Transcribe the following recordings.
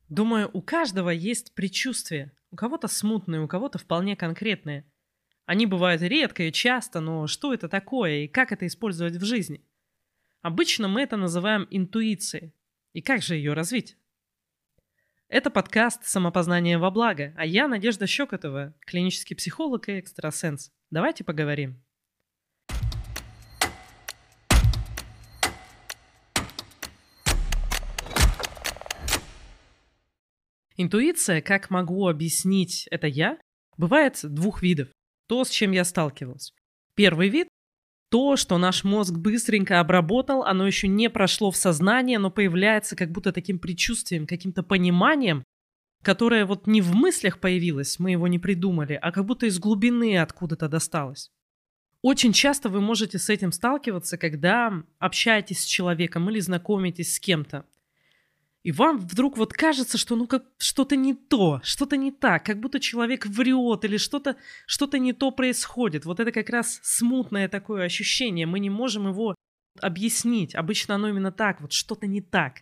Думаю, у каждого есть предчувствие. У кого-то смутные, у кого-то вполне конкретные. Они бывают редко и часто, но что это такое и как это использовать в жизни? Обычно мы это называем интуицией. И как же ее развить? Это подкаст «Самопознание во благо», а я Надежда Щекотова, клинический психолог и экстрасенс. Давайте поговорим. Интуиция, как могу объяснить это я, бывает двух видов. То, с чем я сталкивалась. Первый вид — то, что наш мозг быстренько обработал, оно еще не прошло в сознание, но появляется как будто таким предчувствием, каким-то пониманием, которое вот не в мыслях появилось, мы его не придумали, а как будто из глубины откуда-то досталось. Очень часто вы можете с этим сталкиваться, когда общаетесь с человеком или знакомитесь с кем-то. И вам вдруг вот кажется, что ну как что-то не то, что-то не так, как будто человек врет или что-то не то происходит. Вот это как раз смутное такое ощущение, мы не можем его объяснить. Обычно оно именно так, вот что-то не так.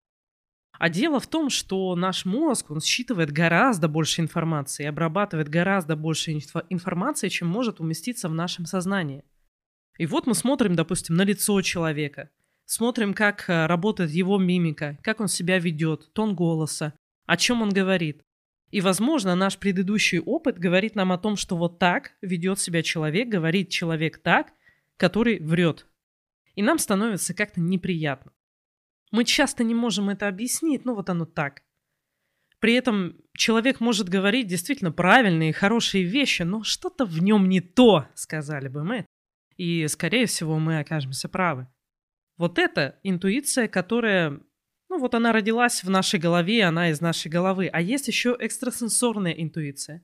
А дело в том, что наш мозг, он считывает гораздо больше информации, обрабатывает гораздо больше информации, чем может уместиться в нашем сознании. И вот мы смотрим, допустим, на лицо человека, смотрим, как работает его мимика, как он себя ведет, тон голоса, о чем он говорит. И, возможно, наш предыдущий опыт говорит нам о том, что вот так ведет себя человек, говорит человек так, который врет. И нам становится как-то неприятно. Мы часто не можем это объяснить, но вот оно так. При этом человек может говорить действительно правильные и хорошие вещи, но что-то в нем не то, сказали бы мы. И, скорее всего, мы окажемся правы. Вот это интуиция, которая, ну вот она родилась в нашей голове, она из нашей головы. А есть еще экстрасенсорная интуиция.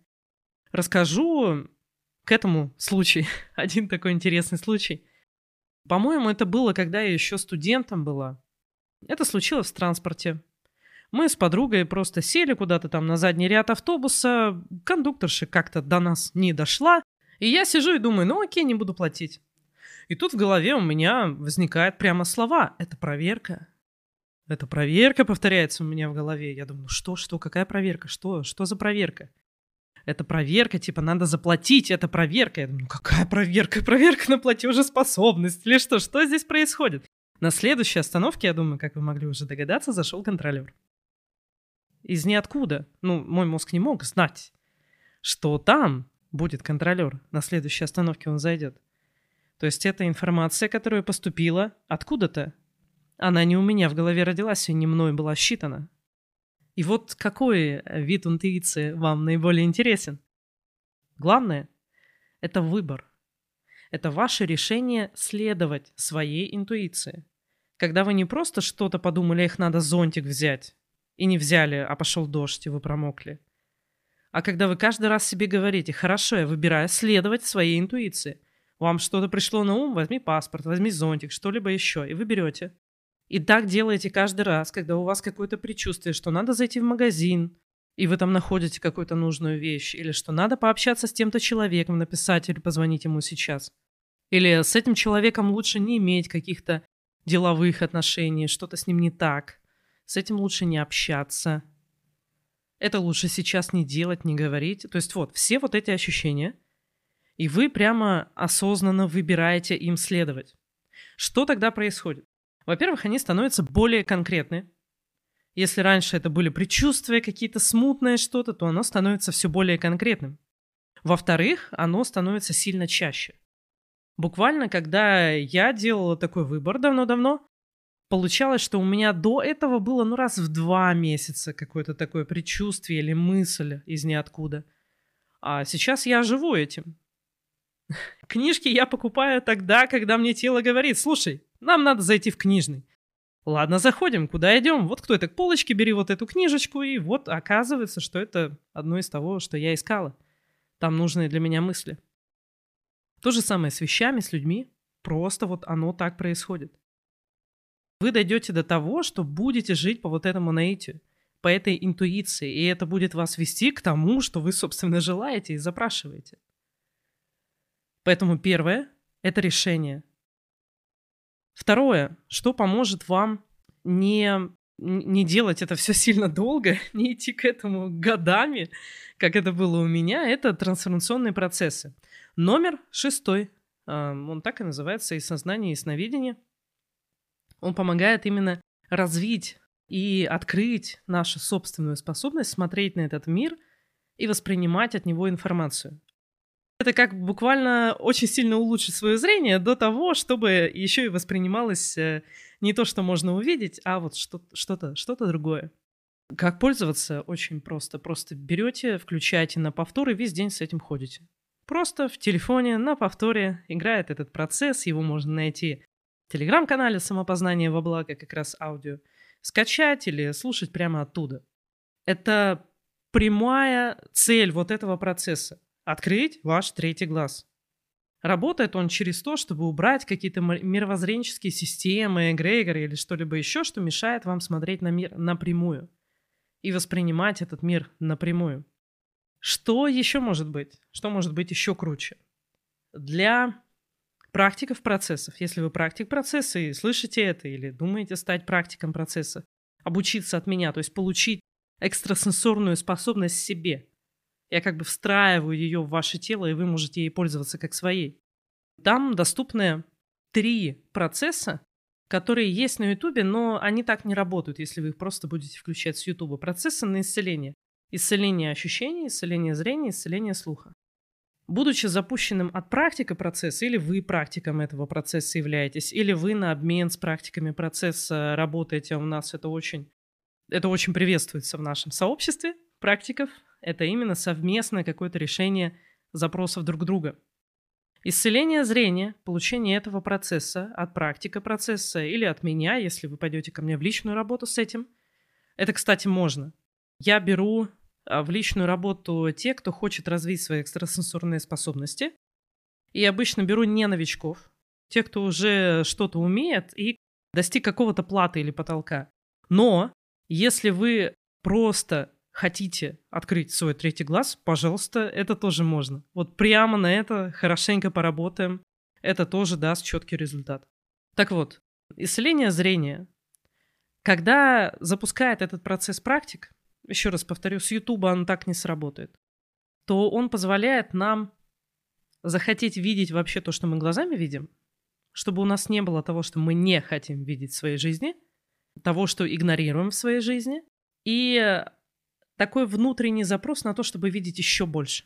Расскажу к этому случай, один такой интересный случай. По-моему, это было, когда я еще студентом была. Это случилось в транспорте. Мы с подругой просто сели куда-то там на задний ряд автобуса, кондукторша как-то до нас не дошла, и я сижу и думаю, ну окей, не буду платить. И тут в голове у меня возникают прямо слова. Это проверка. Это проверка повторяется у меня в голове. Я думаю, что, какая проверка? Что за проверка? Это проверка, типа надо заплатить, это проверка. Я думаю, ну какая проверка? Проверка на платежеспособность или что? Что здесь происходит? На следующей остановке, я думаю, как вы могли уже догадаться, зашел контролер. Из ниоткуда. Ну, мой мозг не мог знать, что там будет контролер. На следующей остановке он зайдет. То есть это информация, которая поступила откуда-то. Она не у меня в голове родилась и не мной была считана. И вот какой вид интуиции вам наиболее интересен? Главное — это выбор. Это ваше решение следовать своей интуиции. Когда вы не просто что-то подумали, их надо зонтик взять, и не взяли, а пошел дождь, и вы промокли. А когда вы каждый раз себе говорите, хорошо, я выбираю следовать своей интуиции. Вам что-то пришло на ум, возьми паспорт, возьми зонтик, что-либо еще, и вы берете. И так делаете каждый раз, когда у вас какое-то предчувствие, что надо зайти в магазин, и вы там находите какую-то нужную вещь, или что надо пообщаться с тем-то человеком, написать или позвонить ему сейчас. Или с этим человеком лучше не иметь каких-то деловых отношений, что-то с ним не так. С этим лучше не общаться. Это лучше сейчас не делать, не говорить. То есть вот, все вот эти ощущения, и вы прямо осознанно выбираете им следовать. Что тогда происходит? Во-первых, они становятся более конкретны. Если раньше это были предчувствия, какие-то смутное что-то, то оно становится все более конкретным. Во-вторых, оно становится сильно чаще. Буквально, когда я делала такой выбор давно-давно, получалось, что у меня до этого было раз в 2 месяца какое-то такое предчувствие или мысль из ниоткуда. А сейчас я живу этим. Книжки я покупаю тогда, когда мне тело говорит, слушай, нам надо зайти в книжный. Ладно, заходим, куда идем? Вот к той-то полочке, бери вот эту книжечку, и вот оказывается, что это одно из того, что я искала. Там нужные для меня мысли. То же самое с вещами, с людьми. Просто вот оно так происходит. Вы дойдете до того, что будете жить по вот этому наитию, по этой интуиции, и это будет вас вести к тому, что вы, собственно, желаете и запрашиваете. Поэтому первое — это решение. Второе, что поможет вам не не делать это все сильно долго, не идти к этому годами, как это было у меня, это трансформационные процессы. Номер 6, он так и называется, и сознание, и сновидение. Он помогает именно развить и открыть нашу собственную способность смотреть на этот мир и воспринимать от него информацию. Это как буквально очень сильно улучшить свое зрение до того, чтобы еще и воспринималось не то, что можно увидеть, а вот что-то другое. Как пользоваться? Очень просто. Просто берете, включаете на повтор и весь день с этим ходите. Просто в телефоне на повторе играет этот процесс, его можно найти в телеграм-канале «Самопознание во благо», как раз аудио, скачать или слушать прямо оттуда. Это прямая цель вот этого процесса. Открыть ваш третий глаз. Работает он через то, чтобы убрать какие-то мировоззренческие системы, эгрегоры или что-либо еще, что мешает вам смотреть на мир напрямую и воспринимать этот мир напрямую. Что еще может быть? Что может быть еще круче? Для практиков процессов, если вы практик процесса и слышите это, или думаете стать практиком процесса, обучиться от меня, то есть получить экстрасенсорную способность себе. Я как бы встраиваю ее в ваше тело, и вы можете ей пользоваться как своей. Там доступны 3 процесса, которые есть на Ютубе, но они так не работают, если вы их просто будете включать с Ютуба. Процессы на исцеление. Исцеление ощущений, исцеление зрения, исцеление слуха. Будучи запущенным от практика процесса, или вы практиком этого процесса являетесь, или вы на обмен с практиками процесса работаете, у нас это очень приветствуется в нашем сообществе практиков. Это именно совместное какое-то решение запросов друг друга. Исцеление зрения, получение этого процесса от практика процесса или от меня, если вы пойдете ко мне в личную работу с этим. Это, кстати, можно. Я беру в личную работу те, кто хочет развить свои экстрасенсорные способности. И обычно беру не новичков, те, кто уже что-то умеет и достиг какого-то плата или потолка. Но если вы просто хотите открыть свой третий глаз, пожалуйста, это тоже можно. Вот прямо на это хорошенько поработаем. Это тоже даст четкий результат. Так вот, исцеление зрения. Когда запускает этот процесс практик, еще раз повторю, с Ютуба он так не сработает, то он позволяет нам захотеть видеть вообще то, что мы глазами видим, чтобы у нас не было того, что мы не хотим видеть в своей жизни, того, что игнорируем в своей жизни, и такой внутренний запрос на то, чтобы видеть еще больше.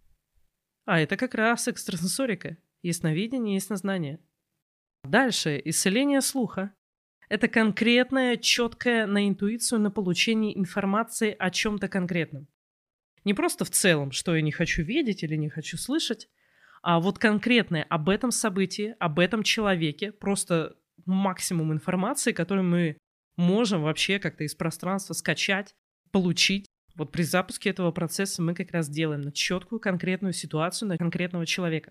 А это как раз экстрасенсорика. Ясновидение, яснознание. Дальше. Исцеление слуха. Это конкретное, четкое на интуицию, на получение информации о чем-то конкретном. Не просто в целом, что я не хочу видеть или не хочу слышать, а вот конкретное об этом событии, об этом человеке, просто максимум информации, которую мы можем вообще как-то из пространства скачать, получить. Вот при запуске этого процесса мы как раз делаем на четкую конкретную ситуацию, на конкретного человека.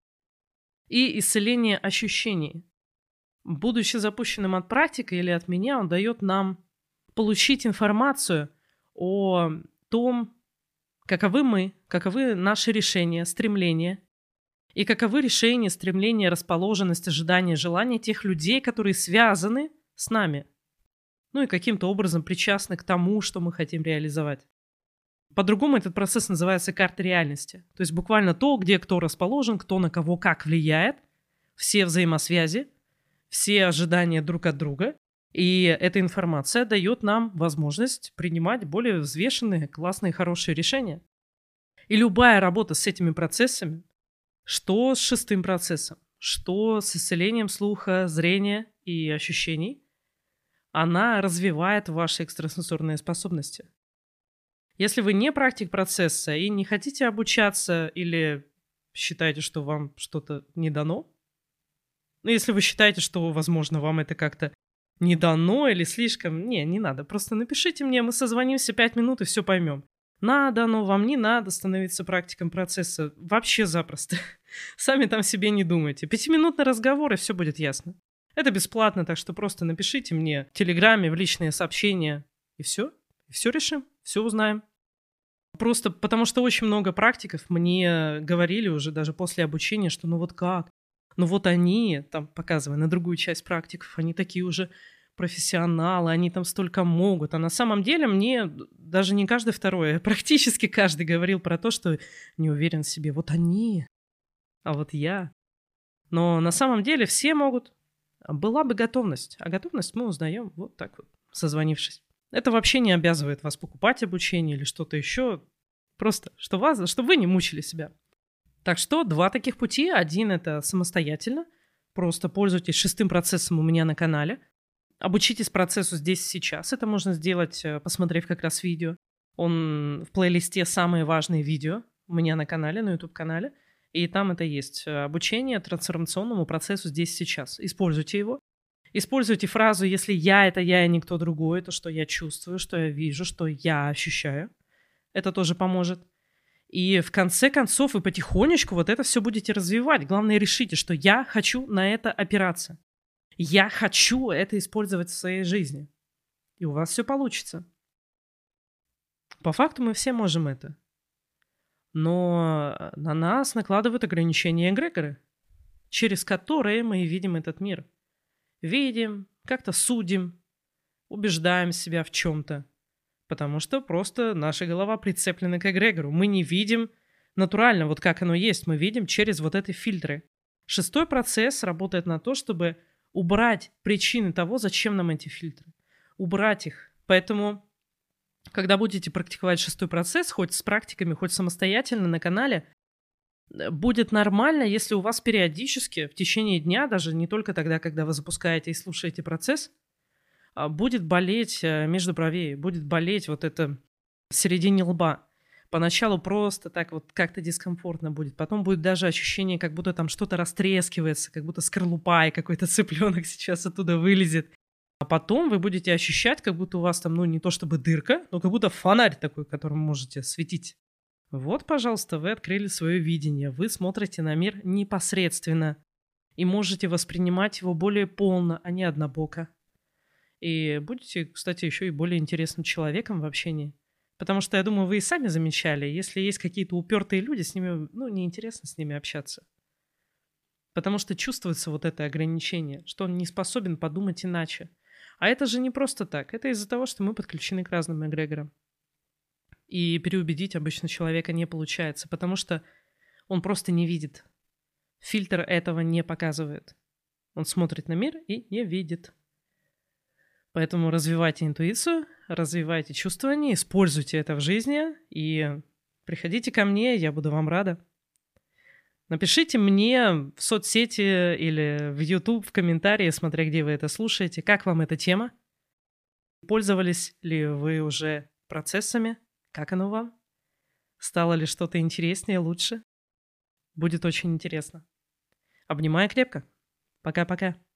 И исцеление ощущений. Будучи запущенным от практики или от меня, он дает нам получить информацию о том, каковы мы, каковы наши решения, стремления, и каковы решения, стремления, расположенность, ожидания, желания тех людей, которые связаны с нами. Ну и каким-то образом причастны к тому, что мы хотим реализовать. По-другому этот процесс называется карта реальности. То есть буквально то, где кто расположен, кто на кого как влияет, все взаимосвязи, все ожидания друг от друга. И эта информация дает нам возможность принимать более взвешенные, классные, хорошие решения. И любая работа с этими процессами, что с 6 процессом, что с исцелением слуха, зрения и ощущений, она развивает ваши экстрасенсорные способности. Если вы не практик процесса и не хотите обучаться или считаете, что вам что-то не дано, ну, если вы считаете, что, возможно, вам это как-то не дано или слишком, не надо. Просто напишите мне, мы созвонимся 5 минут и все поймем. Надо оно вам, не надо становиться практиком процесса. Вообще запросто. Сами там себе не думайте. 5-минутный разговор, и все будет ясно. Это бесплатно, так что просто напишите мне в Телеграме, в личные сообщения, и все. И все решим, все узнаем. Просто потому что очень много практиков мне говорили уже даже после обучения, что ну вот как? Ну вот они, там показывая на другую часть практиков, они такие уже профессионалы, они там столько могут. А на самом деле мне даже не каждый второй, а практически каждый говорил про то, что не уверен в себе. Вот они, а вот я. Но на самом деле все могут. Была бы готовность. А готовность мы узнаем вот так вот, созвонившись. Это вообще не обязывает вас покупать обучение или что-то еще. Просто, чтобы вы не мучили себя. Так что 2 таких пути. Один — это самостоятельно. Просто пользуйтесь 6-м процессом у меня на канале. Обучитесь процессу здесь и сейчас. Это можно сделать, посмотрев как раз видео. Он в плейлисте «Самые важные видео» у меня на канале, на YouTube-канале. И там это есть. Обучение трансформационному процессу здесь и сейчас. Используйте его. Используйте фразу «если я — это я и никто другой», это что я чувствую, что я вижу, что я ощущаю. Это тоже поможет. И в конце концов вы потихонечку вот это все будете развивать. Главное, решите, что я хочу на это опираться. Я хочу это использовать в своей жизни. И у вас все получится. По факту мы все можем это. Но на нас накладывают ограничения эгрегоры, через которые мы видим этот мир. Видим, как-то судим, убеждаем себя в чем-то. Потому что просто наша голова прицеплена к эгрегору. Мы не видим натурально, вот как оно есть. Мы видим через вот эти фильтры. 6-й процесс работает на то, чтобы убрать причины того, зачем нам эти фильтры. Убрать их. Поэтому, когда будете практиковать 6-й процесс, хоть с практиками, хоть самостоятельно на канале, будет нормально, если у вас периодически в течение дня, даже не только тогда, когда вы запускаете и слушаете процесс, будет болеть между бровей, будет болеть вот это в середине лба. Поначалу просто так вот как-то дискомфортно будет. Потом будет даже ощущение, как будто там что-то растрескивается, как будто скорлупа и какой-то цыпленок сейчас оттуда вылезет. А потом вы будете ощущать, как будто у вас там, ну, не то чтобы дырка, но как будто фонарь такой, которым можете светить. Вот, пожалуйста, вы открыли свое видение. Вы смотрите на мир непосредственно и можете воспринимать его более полно, а не однобоко. И будете, кстати, еще и более интересным человеком в общении. Потому что, я думаю, вы и сами замечали, если есть какие-то упертые люди, с ними, ну, неинтересно с ними общаться. Потому что чувствуется вот это ограничение, что он не способен подумать иначе. А это же не просто так. Это из-за того, что мы подключены к разным эгрегорам. И переубедить обычно человека не получается, потому что он просто не видит. Фильтр этого не показывает. Он смотрит на мир и не видит. Поэтому развивайте интуицию, развивайте чувствование, используйте это в жизни и приходите ко мне, я буду вам рада. Напишите мне в соцсети или в YouTube в комментарии, смотря где вы это слушаете, как вам эта тема. Пользовались ли вы уже процессами? Как оно вам? Стало ли что-то интереснее, лучше? Будет очень интересно. Обнимаю крепко. Пока-пока.